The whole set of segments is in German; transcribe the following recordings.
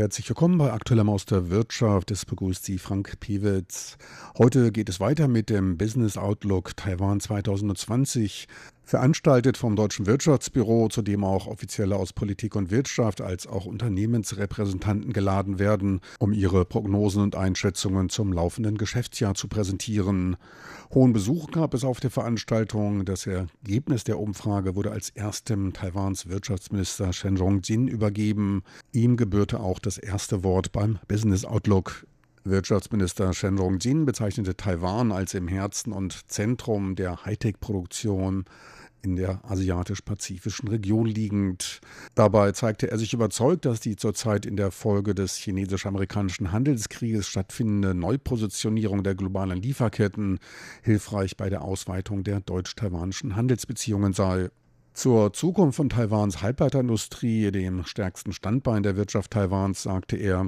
Herzlich willkommen bei Aktuellem aus der Wirtschaft. Es begrüßt Sie Frank Pewitz. Heute geht es weiter mit dem Business Outlook Taiwan 2020, veranstaltet vom Deutschen Wirtschaftsbüro, zu dem auch Offizielle aus Politik und Wirtschaft als auch Unternehmensrepräsentanten geladen werden, um ihre Prognosen und Einschätzungen zum laufenden Geschäftsjahr zu präsentieren. Hohen Besuch gab es auf der Veranstaltung. Das Ergebnis der Umfrage wurde als erstem Taiwans Wirtschaftsminister Chen Rong-jin übergeben. Ihm gebührte auch das erste Wort beim Business Outlook. Wirtschaftsminister Chen Rong-jin bezeichnete Taiwan als im Herzen und Zentrum der Hightech-Produktion in der asiatisch-pazifischen Region liegend. Dabei zeigte er sich überzeugt, dass die zurzeit in der Folge des chinesisch-amerikanischen Handelskrieges stattfindende Neupositionierung der globalen Lieferketten hilfreich bei der Ausweitung der deutsch-taiwanischen Handelsbeziehungen sei. Zur Zukunft von Taiwans Halbleiterindustrie, dem stärksten Standbein der Wirtschaft Taiwans, sagte er: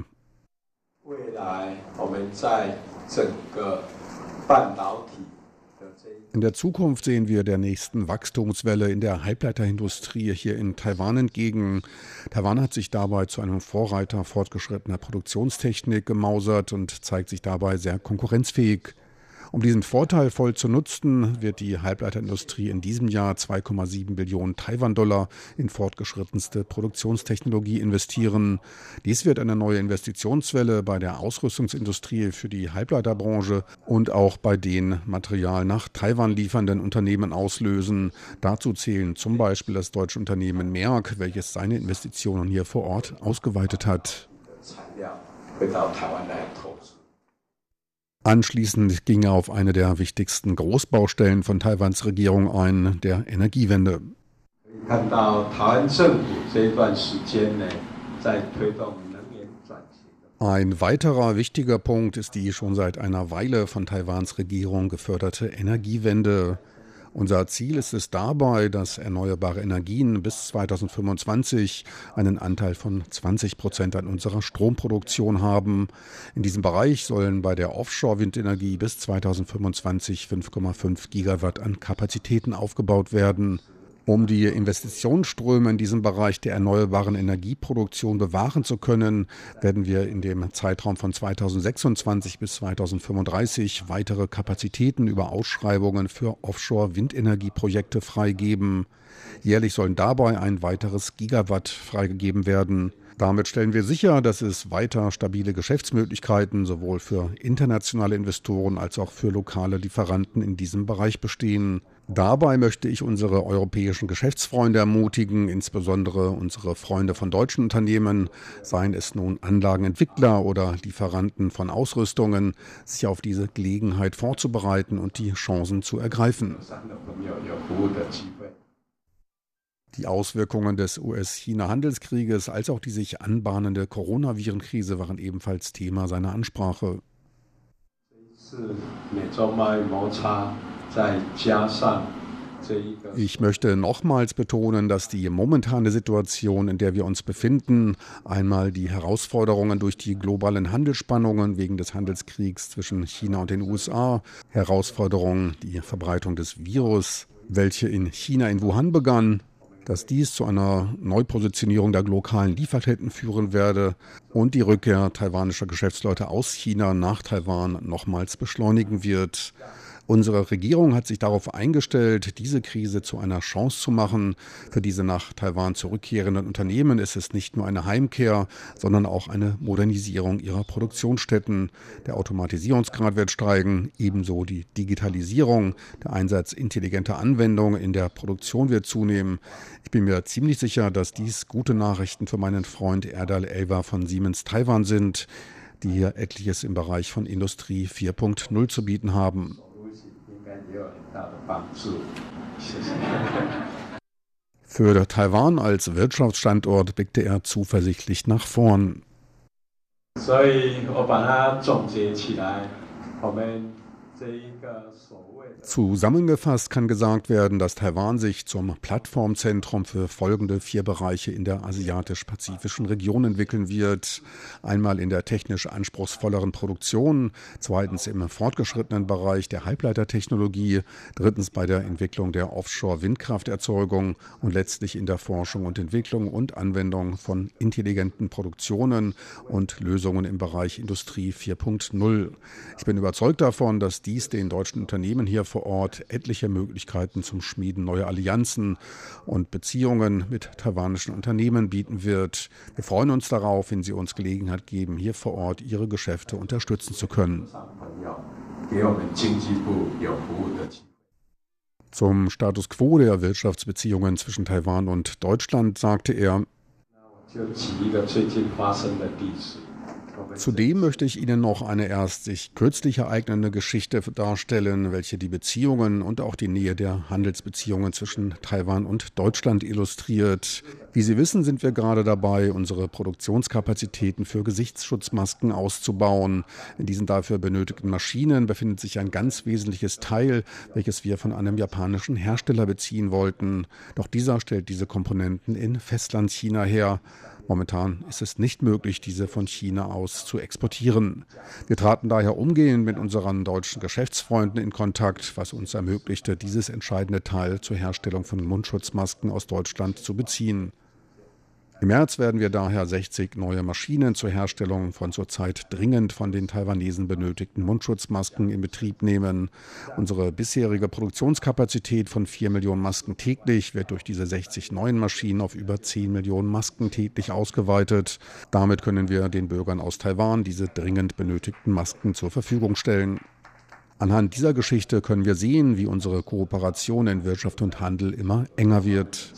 In der Zukunft sehen wir der nächsten Wachstumswelle in der Halbleiterindustrie hier in Taiwan entgegen. Taiwan hat sich dabei zu einem Vorreiter fortgeschrittener Produktionstechnik gemausert und zeigt sich dabei sehr konkurrenzfähig. Um diesen Vorteil voll zu nutzen, wird die Halbleiterindustrie in diesem Jahr 2,7 Billionen Taiwan-Dollar in fortgeschrittenste Produktionstechnologie investieren. Dies wird eine neue Investitionswelle bei der Ausrüstungsindustrie für die Halbleiterbranche und auch bei den Material nach Taiwan liefernden Unternehmen auslösen. Dazu zählen zum Beispiel das deutsche Unternehmen Merck, welches seine Investitionen hier vor Ort ausgeweitet hat. Anschließend ging er auf eine der wichtigsten Großbaustellen von Taiwans Regierung ein, der Energiewende. Ein weiterer wichtiger Punkt ist die schon seit einer Weile von Taiwans Regierung geförderte Energiewende. Unser Ziel ist es dabei, dass erneuerbare Energien bis 2025 einen Anteil von 20% an unserer Stromproduktion haben. In diesem Bereich sollen bei der Offshore-Windenergie bis 2025 5,5 Gigawatt an Kapazitäten aufgebaut werden. Um die Investitionsströme in diesem Bereich der erneuerbaren Energieproduktion bewahren zu können, werden wir in dem Zeitraum von 2026 bis 2035 weitere Kapazitäten über Ausschreibungen für Offshore-Windenergieprojekte freigeben. Jährlich sollen dabei ein weiteres Gigawatt freigegeben werden. Damit stellen wir sicher, dass es weiter stabile Geschäftsmöglichkeiten sowohl für internationale Investoren als auch für lokale Lieferanten in diesem Bereich bestehen. Dabei möchte ich unsere europäischen Geschäftsfreunde ermutigen, insbesondere unsere Freunde von deutschen Unternehmen, seien es nun Anlagenentwickler oder Lieferanten von Ausrüstungen, sich auf diese Gelegenheit vorzubereiten und die Chancen zu ergreifen. Die Auswirkungen des US-China-Handelskrieges als auch die sich anbahnende Coronavirenkrise waren ebenfalls Thema seiner Ansprache. Ich möchte nochmals betonen, dass die momentane Situation, in der wir uns befinden, einmal die Herausforderungen durch die globalen Handelsspannungen wegen des Handelskriegs zwischen China und den USA, Herausforderungen, die Verbreitung des Virus, welche in China in Wuhan begann, dass dies zu einer Neupositionierung der lokalen Lieferketten führen werde und die Rückkehr taiwanischer Geschäftsleute aus China nach Taiwan nochmals beschleunigen wird. Unsere Regierung hat sich darauf eingestellt, diese Krise zu einer Chance zu machen. Für diese nach Taiwan zurückkehrenden Unternehmen ist es nicht nur eine Heimkehr, sondern auch eine Modernisierung ihrer Produktionsstätten. Der Automatisierungsgrad wird steigen, ebenso die Digitalisierung. Der Einsatz intelligenter Anwendungen in der Produktion wird zunehmen. Ich bin mir ziemlich sicher, dass dies gute Nachrichten für meinen Freund Erdal Elva von Siemens Taiwan sind, die hier etliches im Bereich von Industrie 4.0 zu bieten haben. Für Taiwan als Wirtschaftsstandort blickte er zuversichtlich nach vorn. Zusammengefasst kann gesagt werden, dass Taiwan sich zum Plattformzentrum für folgende 4 Bereiche in der asiatisch-pazifischen Region entwickeln wird. Einmal in der technisch anspruchsvolleren Produktion, zweitens im fortgeschrittenen Bereich der Halbleitertechnologie, drittens bei der Entwicklung der Offshore-Windkrafterzeugung und letztlich in der Forschung und Entwicklung und Anwendung von intelligenten Produktionen und Lösungen im Bereich Industrie 4.0. Ich bin überzeugt davon, dass dies den deutschen Unternehmen hier vor Ort etliche Möglichkeiten zum Schmieden neuer Allianzen und Beziehungen mit taiwanischen Unternehmen bieten wird. Wir freuen uns darauf, wenn Sie uns Gelegenheit geben, hier vor Ort Ihre Geschäfte unterstützen zu können. Zum Status quo der Wirtschaftsbeziehungen zwischen Taiwan und Deutschland sagte er: Zudem möchte ich Ihnen noch eine erst sich kürzlich ereignende Geschichte darstellen, welche die Beziehungen und auch die Nähe der Handelsbeziehungen zwischen Taiwan und Deutschland illustriert. Wie Sie wissen, sind wir gerade dabei, unsere Produktionskapazitäten für Gesichtsschutzmasken auszubauen. In diesen dafür benötigten Maschinen befindet sich ein ganz wesentliches Teil, welches wir von einem japanischen Hersteller beziehen wollten. Doch dieser stellt diese Komponenten in Festlandchina her. Momentan ist es nicht möglich, diese von China aus zu exportieren. Wir traten daher umgehend mit unseren deutschen Geschäftsfreunden in Kontakt, was uns ermöglichte, dieses entscheidende Teil zur Herstellung von Mundschutzmasken aus Deutschland zu beziehen. Im März werden wir daher 60 neue Maschinen zur Herstellung von zurzeit dringend von den Taiwanesen benötigten Mundschutzmasken in Betrieb nehmen. Unsere bisherige Produktionskapazität von 4 Millionen Masken täglich wird durch diese 60 neuen Maschinen auf über 10 Millionen Masken täglich ausgeweitet. Damit können wir den Bürgern aus Taiwan diese dringend benötigten Masken zur Verfügung stellen. Anhand dieser Geschichte können wir sehen, wie unsere Kooperation in Wirtschaft und Handel immer enger wird.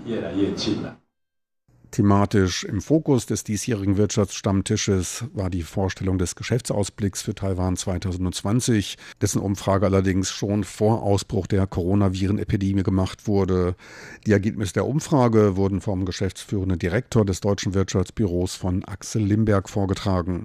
Thematisch im Fokus des diesjährigen Wirtschaftsstammtisches war die Vorstellung des Geschäftsausblicks für Taiwan 2020, dessen Umfrage allerdings schon vor Ausbruch der Coronaviren-Epidemie gemacht wurde. Die Ergebnisse der Umfrage wurden vom geschäftsführenden Direktor des Deutschen Wirtschaftsbüros von Axel Limberg vorgetragen.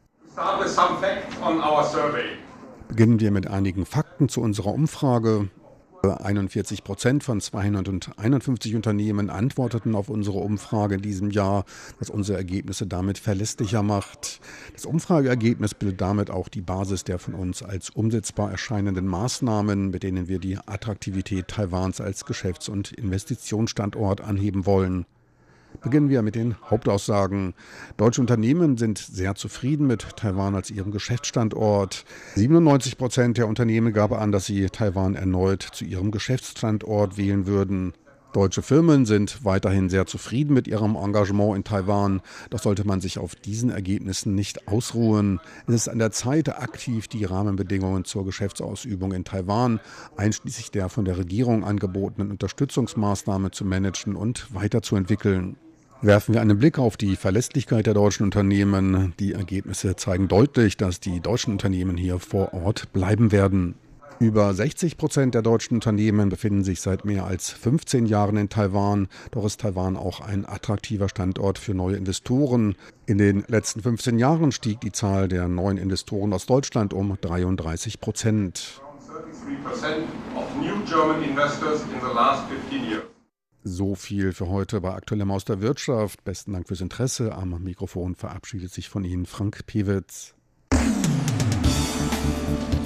Beginnen wir mit einigen Fakten zu unserer Umfrage. 41% von 251 Unternehmen antworteten auf unsere Umfrage in diesem Jahr, was unsere Ergebnisse damit verlässlicher macht. Das Umfrageergebnis bildet damit auch die Basis der von uns als umsetzbar erscheinenden Maßnahmen, mit denen wir die Attraktivität Taiwans als Geschäfts- und Investitionsstandort anheben wollen. Beginnen wir mit den Hauptaussagen. Deutsche Unternehmen sind sehr zufrieden mit Taiwan als ihrem Geschäftsstandort. 97% der Unternehmen gaben an, dass sie Taiwan erneut zu ihrem Geschäftsstandort wählen würden. Deutsche Firmen sind weiterhin sehr zufrieden mit ihrem Engagement in Taiwan. Doch sollte man sich auf diesen Ergebnissen nicht ausruhen. Es ist an der Zeit, aktiv die Rahmenbedingungen zur Geschäftsausübung in Taiwan, einschließlich der von der Regierung angebotenen Unterstützungsmaßnahmen zu managen und weiterzuentwickeln. Werfen wir einen Blick auf die Verlässlichkeit der deutschen Unternehmen. Die Ergebnisse zeigen deutlich, dass die deutschen Unternehmen hier vor Ort bleiben werden. Über 60% der deutschen Unternehmen befinden sich seit mehr als 15 Jahren in Taiwan. Doch ist Taiwan auch ein attraktiver Standort für neue Investoren. In den letzten 15 Jahren stieg die Zahl der neuen Investoren aus Deutschland um 33%. So viel für heute bei Aktuellem aus der Wirtschaft. Besten Dank fürs Interesse. Am Mikrofon verabschiedet sich von Ihnen Frank Pewitz.